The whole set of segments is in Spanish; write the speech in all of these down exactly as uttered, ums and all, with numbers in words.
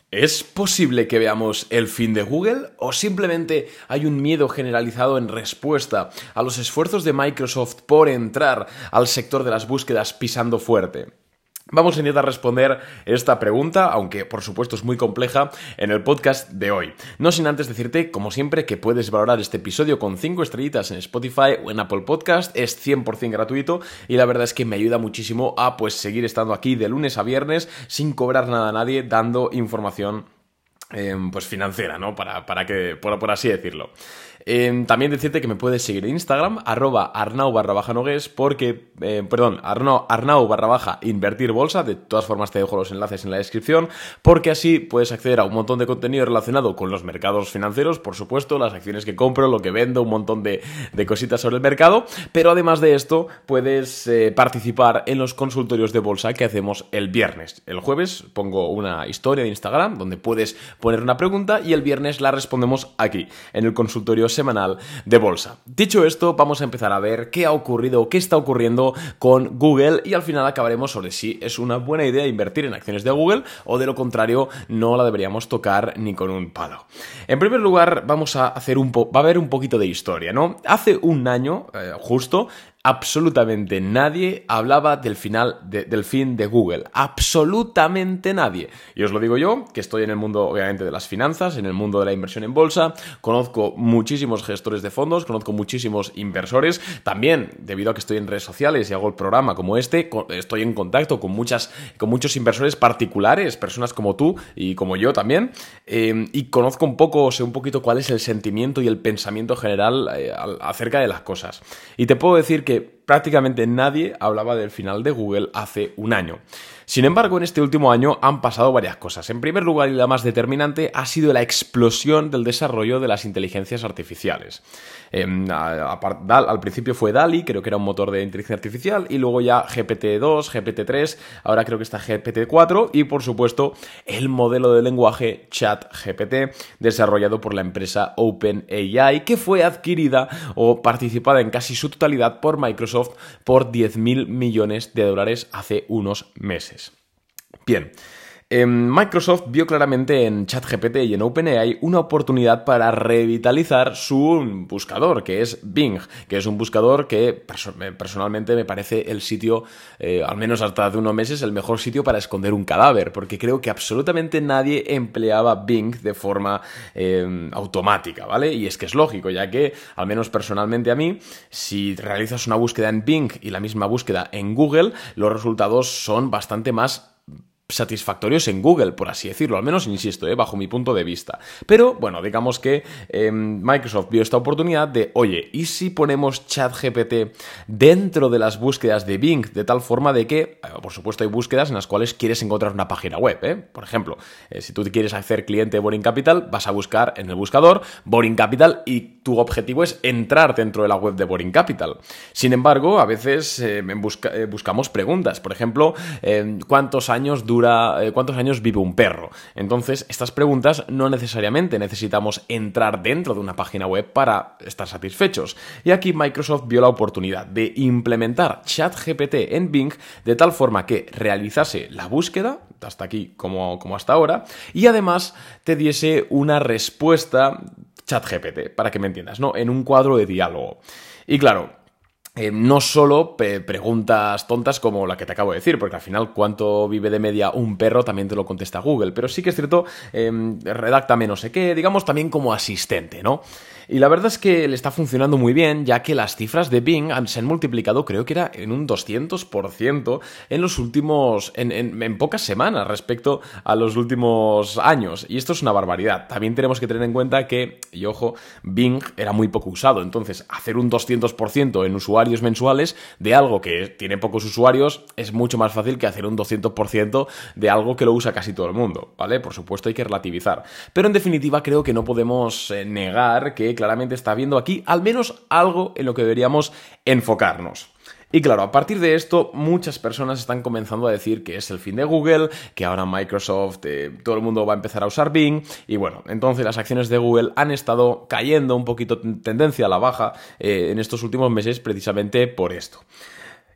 ¿Es posible que veamos el fin de Google o simplemente hay un miedo generalizado en respuesta a los esfuerzos de Microsoft por entrar al sector de las búsquedas pisando fuerte? Vamos a intentar responder esta pregunta, aunque por supuesto es muy compleja, en el podcast de hoy. No sin antes decirte, como siempre, que puedes valorar este episodio con cinco estrellitas en Spotify o en Apple Podcast. Es cien por ciento gratuito y la verdad es que me ayuda muchísimo a pues seguir estando aquí de lunes a viernes sin cobrar nada a nadie, dando información Eh, pues financiera, ¿no? Para, para que, por, por así decirlo. Eh, también decirte que me puedes seguir en Instagram, arroba arnau barra baja nogués, porque, eh, perdón, arnau, arnau barra baja invertir bolsa, de todas formas te dejo los enlaces en la descripción, porque así puedes acceder a un montón de contenido relacionado con los mercados financieros, por supuesto, las acciones que compro, lo que vendo, un montón de, de cositas sobre el mercado, pero además de esto, puedes eh, participar en los consultorios de bolsa que hacemos el viernes. El jueves pongo una historia de Instagram donde puedes poner una pregunta y el viernes la respondemos aquí, en el consultorio semanal de bolsa. Dicho esto, vamos a empezar a ver qué ha ocurrido, qué está ocurriendo con Google y al final acabaremos sobre si es una buena idea invertir en acciones de Google o de lo contrario no la deberíamos tocar ni con un palo. En primer lugar, vamos a hacer un po- va a haber un poquito de historia, ¿no? Hace un año, eh, justo, absolutamente nadie hablaba del final de, del fin de Google. Absolutamente nadie. Y os lo digo yo, que estoy en el mundo, obviamente, de las finanzas, en el mundo de la inversión en bolsa. Conozco muchísimos gestores de fondos, conozco muchísimos inversores. También, debido a que estoy en redes sociales y hago el programa como este, estoy en contacto con, muchas, con muchos inversores particulares, personas como tú y como yo también. Eh, y conozco un poco, sé un poquito cuál es el sentimiento y el pensamiento general eh, acerca de las cosas. Y te puedo decir que prácticamente nadie hablaba del final de Google hace un año. Sin embargo, en este último año han pasado varias cosas. En primer lugar, y la más determinante, ha sido la explosión del desarrollo de las inteligencias artificiales. Eh, a, a, Dal, al principio fue DALL-E, creo que era un motor de inteligencia artificial, y luego ya G P T dos, G P T tres, ahora creo que está G P T cuatro, y por supuesto el modelo de lenguaje ChatGPT, desarrollado por la empresa OpenAI, que fue adquirida o participada en casi su totalidad por Microsoft por diez mil millones de dólares hace unos meses. Bien, eh, Microsoft vio claramente en ChatGPT y en OpenAI una oportunidad para revitalizar su buscador, que es Bing, que es un buscador que perso- personalmente me parece el sitio, eh, al menos hasta hace unos meses, el mejor sitio para esconder un cadáver, porque creo que absolutamente nadie empleaba Bing de forma eh, automática, ¿vale? Y es que es lógico, ya que, al menos personalmente a mí, si realizas una búsqueda en Bing y la misma búsqueda en Google, los resultados son bastante más satisfactorios en Google, por así decirlo, al menos insisto, eh, bajo mi punto de vista. Pero, bueno, digamos que eh, Microsoft vio esta oportunidad de, oye, ¿y si ponemos ChatGPT dentro de las búsquedas de Bing? De tal forma de que, eh, por supuesto, hay búsquedas en las cuales quieres encontrar una página web, ¿eh? Por ejemplo, eh, si tú quieres hacer cliente de Boring Capital, vas a buscar en el buscador Boring Capital y tu objetivo es entrar dentro de la web de Boring Capital. Sin embargo, a veces eh, busca, eh, buscamos preguntas, por ejemplo, eh, ¿cuántos años dura Dura, eh, ¿cuántos años vive un perro? Entonces, estas preguntas no necesariamente necesitamos entrar dentro de una página web para estar satisfechos. Y aquí Microsoft vio la oportunidad de implementar ChatGPT en Bing de tal forma que realizase la búsqueda, hasta aquí como, como hasta ahora, y además te diese una respuesta ChatGPT, para que me entiendas, ¿no? En un cuadro de diálogo. Y claro, Eh, no solo pe- preguntas tontas como la que te acabo de decir, porque al final cuánto vive de media un perro también te lo contesta Google, pero sí que es cierto, eh, redáctame no sé qué, digamos también como asistente, ¿no? Y la verdad es que le está funcionando muy bien, ya que las cifras de Bing han, se han multiplicado, creo que era en un doscientos por ciento en los últimos, en, en, en pocas semanas respecto a los últimos años, y esto es una barbaridad. También tenemos que tener en cuenta que, y ojo, Bing era muy poco usado, entonces hacer un doscientos por ciento en usuarios mensuales de algo que tiene pocos usuarios es mucho más fácil que hacer un doscientos por ciento de algo que lo usa casi todo el mundo, ¿vale? Por supuesto hay que relativizar, pero en definitiva creo que no podemos eh, negar que claramente está habiendo aquí al menos algo en lo que deberíamos enfocarnos. Y claro, a partir de esto, muchas personas están comenzando a decir que es el fin de Google, que ahora Microsoft, eh, todo el mundo va a empezar a usar Bing, y bueno, entonces las acciones de Google han estado cayendo un poquito, tendencia a la baja, eh, en estos últimos meses precisamente por esto.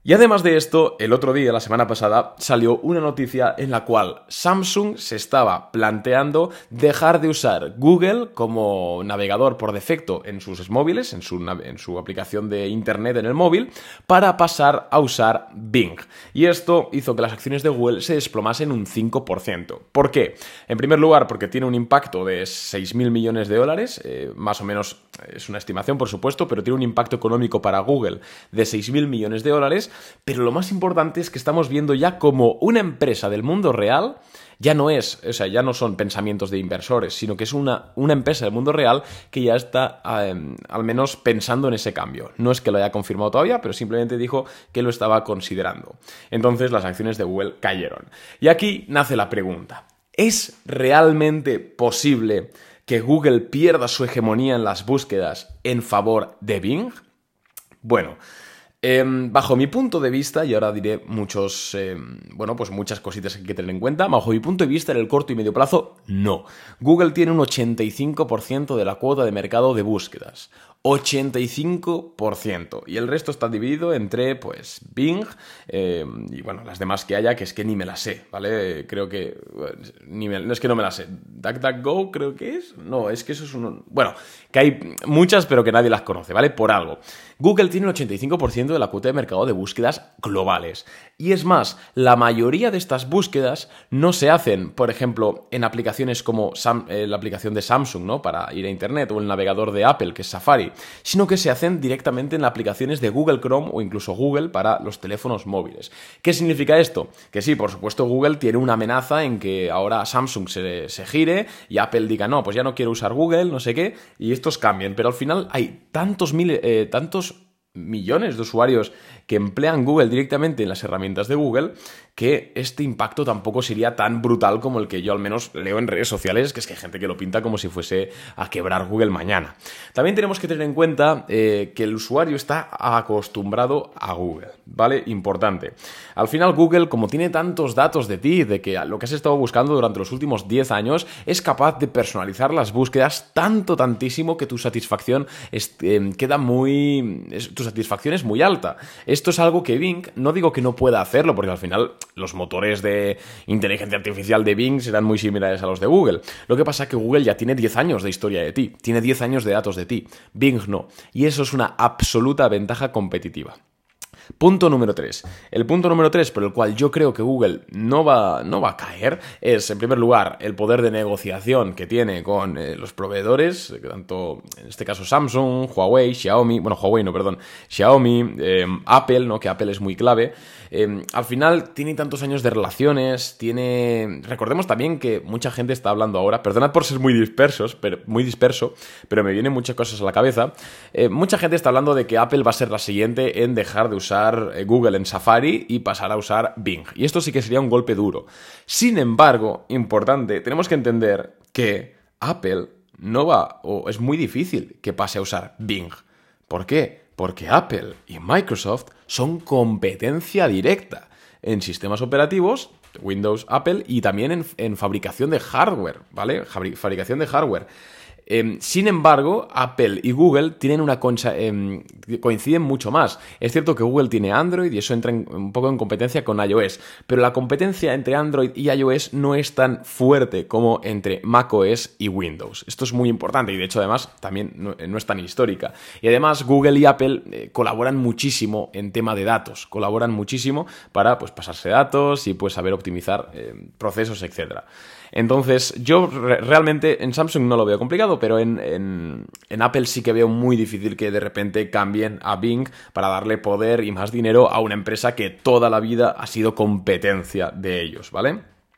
Y además de esto, el otro día, la semana pasada, salió una noticia en la cual Samsung se estaba planteando dejar de usar Google como navegador por defecto en sus móviles, en su, en su aplicación de internet en el móvil, para pasar a usar Bing. Y esto hizo que las acciones de Google se desplomasen un cinco por ciento. ¿Por qué? En primer lugar, porque tiene un impacto de seis mil millones de dólares, eh, más o menos es una estimación, por supuesto, pero tiene un impacto económico para Google de seis mil millones de dólares. Pero lo más importante es que estamos viendo ya como una empresa del mundo real ya no es, o sea, ya no son pensamientos de inversores, sino que es una, una empresa del mundo real que ya está eh, al menos pensando en ese cambio. No es que lo haya confirmado todavía, pero simplemente dijo que lo estaba considerando. Entonces las acciones de Google cayeron. Y aquí nace la pregunta: ¿es realmente posible que Google pierda su hegemonía en las búsquedas en favor de Bing? Bueno, Eh, bajo mi punto de vista, y ahora diré muchos, eh, bueno, pues muchas cositas que hay que tener en cuenta, bajo mi punto de vista, en el corto y medio plazo, no. Google tiene un ochenta y cinco por ciento de la cuota de mercado de búsquedas. ochenta y cinco por ciento. Y el resto está dividido entre, pues, Bing eh, y, bueno, las demás que haya, que es que ni me las sé, ¿vale? Creo que... Ni me, no es que no me las sé. DuckDuckGo creo que es. No, es que eso es un... Bueno, que hay muchas, pero que nadie las conoce, ¿vale? Por algo. Google tiene un ochenta y cinco por ciento de la cuota de mercado de búsquedas globales. Y es más, la mayoría de estas búsquedas no se hacen, por ejemplo, en aplicaciones como Sam, eh, la aplicación de Samsung, ¿no? Para ir a Internet, o el navegador de Apple, que es Safari, sino que se hacen directamente en las aplicaciones de Google Chrome o incluso Google para los teléfonos móviles. ¿Qué significa esto? Que sí, por supuesto, Google tiene una amenaza en que ahora Samsung se, se gire y Apple diga, no, pues ya no quiero usar Google, no sé qué, y estos cambien. Pero al final hay tantos, mil, eh, tantos millones de usuarios que emplean Google directamente en las herramientas de Google, que este impacto tampoco sería tan brutal como el que yo al menos leo en redes sociales, que es que hay gente que lo pinta como si fuese a quebrar Google mañana. También tenemos que tener en cuenta eh, que el usuario está acostumbrado a Google, ¿vale? Importante. Al final Google, como tiene tantos datos de ti, de que lo que has estado buscando durante los últimos diez años, es capaz de personalizar las búsquedas tanto, tantísimo que tu satisfacción es, eh, queda muy... Es, tu satisfacción es muy alta. Esto es algo que Bing, no digo que no pueda hacerlo, porque al final los motores de inteligencia artificial de Bing serán muy similares a los de Google. Lo que pasa es que Google ya tiene diez años de historia de ti, tiene diez años de datos de ti. Bing no. Y eso es una absoluta ventaja competitiva. Punto número tres. El punto número tres por el cual yo creo que Google no va, no va a caer es, en primer lugar, el poder de negociación que tiene con eh, los proveedores, tanto en este caso Samsung, Huawei, Xiaomi, bueno, Huawei no, perdón, Xiaomi, eh, Apple, ¿no? Que Apple es muy clave. Eh, al final tiene tantos años de relaciones, tiene... Recordemos también que mucha gente está hablando ahora, perdonad por ser muy dispersos, pero, muy disperso, pero me vienen muchas cosas a la cabeza. Eh, mucha gente está hablando de que Apple va a ser la siguiente en dejar de usar Google en Safari y pasar a usar Bing. Y esto sí que sería un golpe duro. Sin embargo, importante, tenemos que entender que Apple no va, o es muy difícil que pase a usar Bing. ¿Por qué? Porque Apple y Microsoft son competencia directa en sistemas operativos, Windows, Apple, y también en, en fabricación de hardware, ¿vale? Fabricación de hardware. Eh, sin embargo, Apple y Google tienen una concha, eh, coinciden mucho más. Es cierto que Google tiene Android y eso entra en, un poco en competencia con iOS, pero la competencia entre Android y iOS no es tan fuerte como entre macOS y Windows. Esto es muy importante y de hecho además también no, no es tan histórica. Y además Google y Apple eh, colaboran muchísimo en tema de datos, colaboran muchísimo para pues, pasarse datos y pues saber optimizar eh, procesos, etcétera. Entonces, yo re- realmente en Samsung no lo veo complicado, pero en, en, en Apple sí que veo muy difícil que de repente cambien a Bing para darle poder y más dinero a una empresa que toda la vida ha sido competencia de ellos, ¿vale?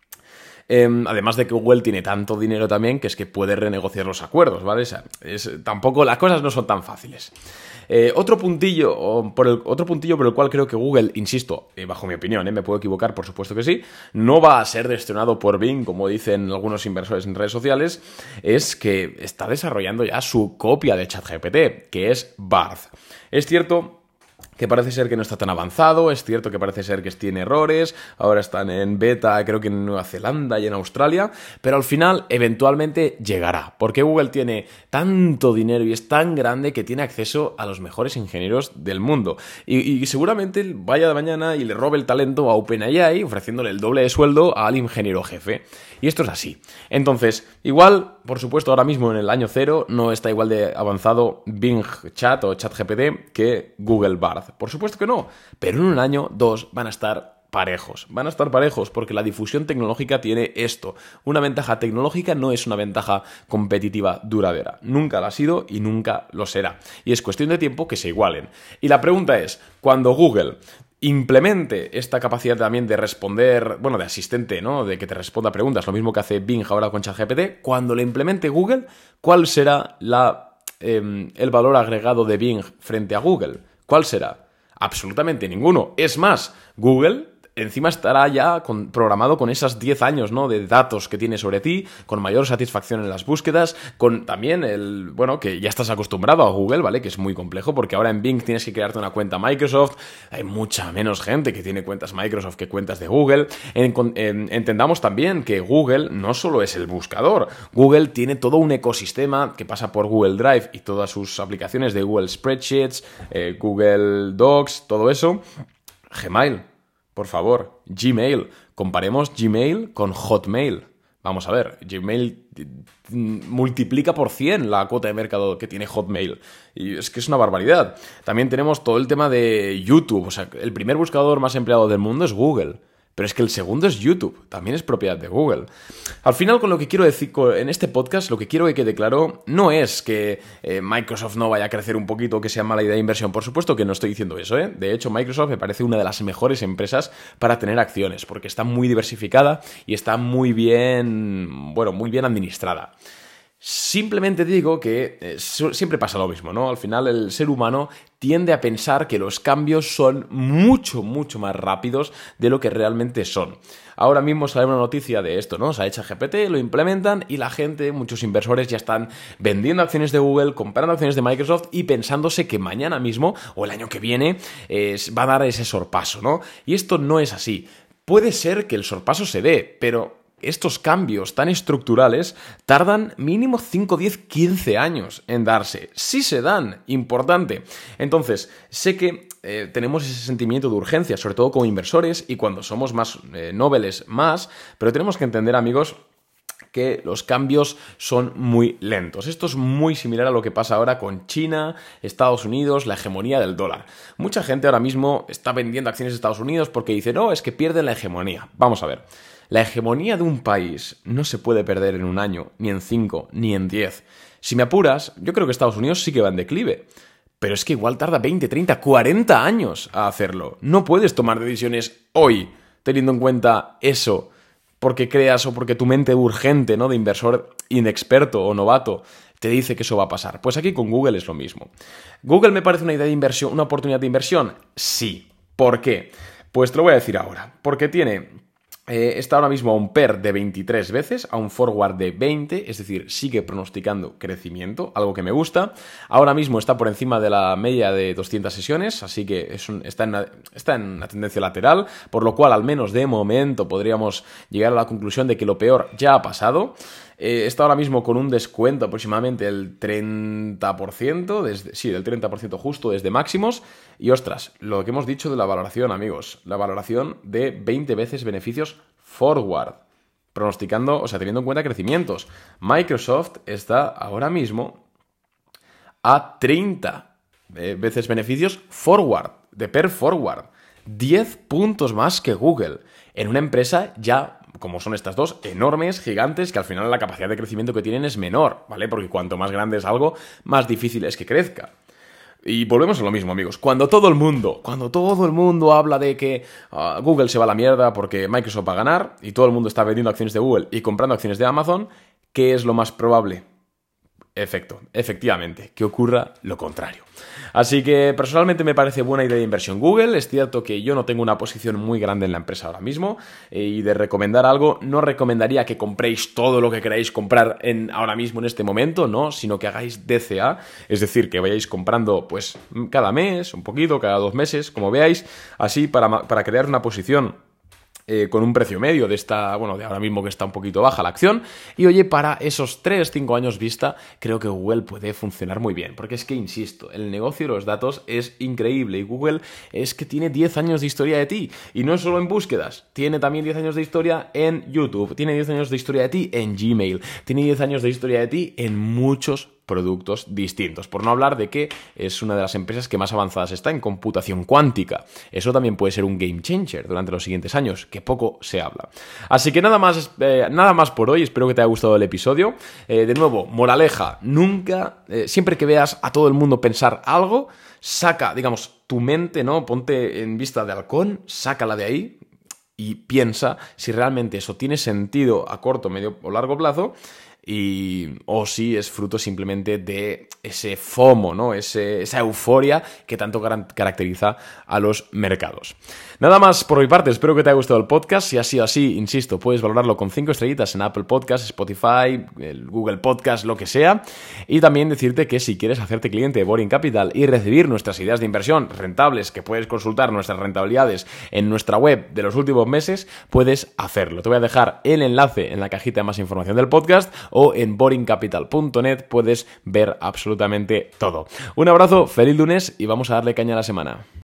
Eh, además de que Google tiene tanto dinero también que es que puede renegociar los acuerdos, ¿vale? O sea, es, tampoco las cosas no son tan fáciles. Eh, otro puntillo o por el, otro puntillo por el cual creo que Google, insisto, eh, bajo mi opinión, eh, me puedo equivocar, por supuesto que sí, no va a ser destronado por Bing, como dicen algunos inversores en redes sociales, es que está desarrollando ya su copia de ChatGPT, que es Bard. Es cierto que parece ser que no está tan avanzado, es cierto que parece ser que tiene errores, ahora están en beta creo que en Nueva Zelanda y en Australia, pero al final eventualmente llegará, porque Google tiene tanto dinero y es tan grande que tiene acceso a los mejores ingenieros del mundo, y, y seguramente vaya de mañana y le robe el talento a OpenAI ofreciéndole el doble de sueldo al ingeniero jefe, y esto es así. Entonces, igual, por supuesto, ahora mismo en el año cero no está igual de avanzado Bing Chat o ChatGPT que Google Bard. Por supuesto que no, pero en un año, dos, van a estar parejos. Van a estar parejos porque la difusión tecnológica tiene esto. Una ventaja tecnológica no es una ventaja competitiva duradera. Nunca lo ha sido y nunca lo será. Y es cuestión de tiempo que se igualen. Y la pregunta es, cuando Google implemente esta capacidad también de responder, bueno, de asistente, ¿no? De que te responda preguntas, lo mismo que hace Bing ahora con ChatGPT, cuando lo implemente Google, ¿cuál será la, eh, el valor agregado de Bing frente a Google? ¿Cuál será? Absolutamente ninguno. Es más, Google encima estará ya con, programado con esos diez años, ¿no? de datos que tiene sobre ti, con mayor satisfacción en las búsquedas, con también el, bueno, que ya estás acostumbrado a Google, ¿vale? Que es muy complejo, porque ahora en Bing tienes que crearte una cuenta Microsoft, hay mucha menos gente que tiene cuentas Microsoft que cuentas de Google. En, en, entendamos también que Google no solo es el buscador, Google tiene todo un ecosistema que pasa por Google Drive y todas sus aplicaciones de Google Spreadsheets, eh, Google Docs, todo eso. Gmail. Por favor, Gmail. Comparemos Gmail con Hotmail. Vamos a ver, Gmail multiplica por cien la cuota de mercado que tiene Hotmail. Y es que es una barbaridad. También tenemos todo el tema de YouTube. O sea, el primer buscador más empleado del mundo es Google. Pero es que el segundo es YouTube, también es propiedad de Google. Al final, con lo que quiero decir en este podcast, lo que quiero que quede claro no es que eh, Microsoft no vaya a crecer un poquito, que sea mala idea de inversión. Por supuesto que no estoy diciendo eso, ¿eh? De hecho, Microsoft me parece una de las mejores empresas para tener acciones, porque está muy diversificada y está muy bien, bueno, muy bien administrada. Simplemente digo que eh, siempre pasa lo mismo, ¿no? Al final el ser humano tiende a pensar que los cambios son mucho, mucho más rápidos de lo que realmente son. Ahora mismo sale una noticia de esto, ¿no? Sale ChatGPT, lo implementan y la gente, muchos inversores ya están vendiendo acciones de Google, comprando acciones de Microsoft y pensándose que mañana mismo o el año que viene eh, va a dar ese sorpaso, ¿no? Y esto no es así. Puede ser que el sorpaso se dé, pero estos cambios tan estructurales tardan mínimo cinco, diez, quince años en darse. Sí se dan, importante. Entonces, sé que eh, tenemos ese sentimiento de urgencia, sobre todo como inversores y cuando somos más eh, nobles más, pero tenemos que entender, amigos, que los cambios son muy lentos. Esto es muy similar a lo que pasa ahora con China, Estados Unidos, la hegemonía del dólar. Mucha gente ahora mismo está vendiendo acciones de Estados Unidos porque dice, no, es que pierden la hegemonía. Vamos a ver. La hegemonía de un país no se puede perder en un año, ni en cinco, ni en diez. Si me apuras, yo creo que Estados Unidos sí que va en declive. Pero es que igual tarda veinte, treinta, cuarenta años a hacerlo. No puedes tomar decisiones hoy, teniendo en cuenta eso, porque creas o porque tu mente urgente, ¿no? de inversor inexperto o novato te dice que eso va a pasar. Pues aquí con Google es lo mismo. ¿Google me parece una idea de inversión, una oportunidad de inversión? Sí. ¿Por qué? Pues te lo voy a decir ahora. Porque tiene... Eh, está ahora mismo a un P E R de veintitrés veces, a un forward de veinte, es decir, sigue pronosticando crecimiento, algo que me gusta. Ahora mismo está por encima de la media de doscientas sesiones, así que es un, está, en una, está en una tendencia lateral, por lo cual al menos de momento podríamos llegar a la conclusión de que lo peor ya ha pasado. Eh, está ahora mismo con un descuento aproximadamente del treinta por ciento, desde, sí, del treinta por ciento justo desde máximos. Y ostras, lo que hemos dicho de la valoración, amigos, la valoración de veinte veces beneficios forward, pronosticando, o sea, teniendo en cuenta crecimientos. Microsoft está ahora mismo a treinta veces beneficios forward, de per forward, diez puntos más que Google, en una empresa ya, como son estas dos, enormes, gigantes, que al final la capacidad de crecimiento que tienen es menor, ¿vale? Porque cuanto más grande es algo, más difícil es que crezca. Y volvemos a lo mismo, amigos. Cuando todo el mundo, cuando todo el mundo habla de que uh, Google se va a la mierda porque Microsoft va a ganar y todo el mundo está vendiendo acciones de Google y comprando acciones de Amazon, ¿qué es lo más probable? Efecto, efectivamente, que ocurra lo contrario. Así que personalmente me parece buena idea de inversión Google. Es cierto que yo no tengo una posición muy grande en la empresa ahora mismo, eh, y de recomendar algo, no recomendaría que compréis todo lo que queráis comprar en, ahora mismo en este momento, no, sino que hagáis D C A, es decir, que vayáis comprando pues cada mes, un poquito, cada dos meses, como veáis, así para, para crear una posición Eh, con un precio medio de esta, bueno, de ahora mismo que está un poquito baja la acción, y oye, para esos tres cinco años vista, creo que Google puede funcionar muy bien, porque es que, insisto, el negocio de los datos es increíble, y Google es que tiene diez años de historia de ti, y no es solo en búsquedas, tiene también diez años de historia en YouTube, tiene diez años de historia de ti en Gmail, tiene diez años de historia de ti en muchos productos distintos, por no hablar de que es una de las empresas que más avanzadas está en computación cuántica. Eso también puede ser un game changer durante los siguientes años, que poco se habla. Así que nada más, eh, nada más por hoy, espero que te haya gustado el episodio. Eh, de nuevo, moraleja, nunca, eh, siempre que veas a todo el mundo pensar algo, saca, digamos, tu mente, ¿no? Ponte en vista de halcón, sácala de ahí y piensa si realmente eso tiene sentido a corto, medio o largo plazo, y o si es fruto simplemente de ese FOMO, ¿no? Ese, esa euforia que tanto caracteriza a los mercados. Nada más por mi parte, espero que te haya gustado el podcast. Si ha sido así, insisto, puedes valorarlo con cinco estrellitas en Apple Podcasts, Spotify, el Google Podcast, lo que sea. Y también decirte que si quieres hacerte cliente de Boring Capital y recibir nuestras ideas de inversión rentables, que puedes consultar nuestras rentabilidades en nuestra web de los últimos meses, puedes hacerlo. Te voy a dejar el enlace en la cajita de más información del podcast, o en boring capital punto net puedes ver absolutamente todo. Un abrazo, feliz lunes y vamos a darle caña a la semana.